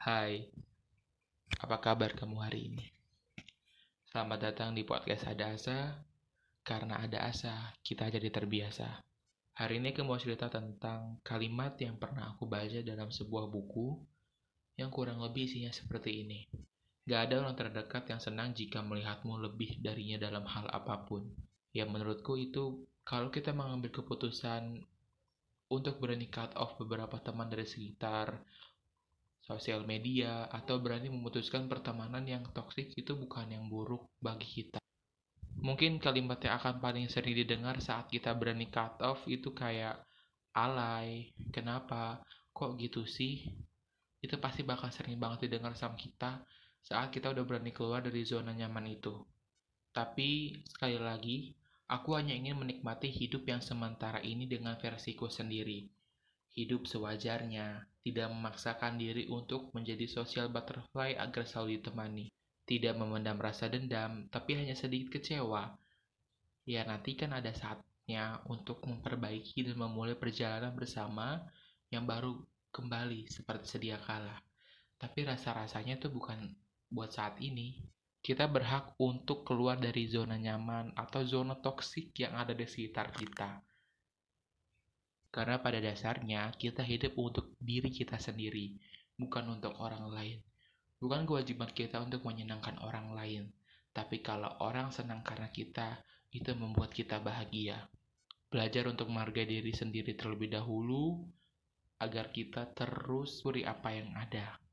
Hai, apa kabar kamu hari ini? Selamat datang di podcast Ada Asa. Karena ada asa, kita jadi terbiasa. Hari ini aku mau cerita tentang kalimat yang pernah aku baca dalam sebuah buku yang kurang lebih isinya seperti ini. Gak ada orang terdekat yang senang jika melihatmu lebih darinya dalam hal apapun. Ya menurutku itu kalau kita mengambil keputusan untuk berani cut off beberapa teman dari sekitar, sosial media, atau berani memutuskan pertemanan yang toksik itu bukan yang buruk bagi kita. Mungkin kalimat yang akan paling sering didengar saat kita berani cut off itu kayak alay, kenapa, kok gitu sih? Itu pasti bakal sering banget didengar sama kita saat kita udah berani keluar dari zona nyaman itu. Tapi sekali lagi, aku hanya ingin menikmati hidup yang sementara ini dengan versiku sendiri. Hidup sewajarnya, tidak memaksakan diri untuk menjadi social butterfly agar selalu ditemani. Tidak memendam rasa dendam, tapi hanya sedikit kecewa. Ya nanti kan ada saatnya untuk memperbaiki dan memulai perjalanan bersama yang baru kembali seperti sedia kala. Tapi rasa-rasanya tuh bukan buat saat ini. Kita berhak untuk keluar dari zona nyaman atau zona toksik yang ada di sekitar kita. Karena pada dasarnya kita hidup untuk diri kita sendiri, bukan untuk orang lain. Bukan kewajiban kita untuk menyenangkan orang lain, tapi kalau orang senang karena kita, itu membuat kita bahagia. Belajar untuk menghargai diri sendiri terlebih dahulu, agar kita terus suri apa yang ada.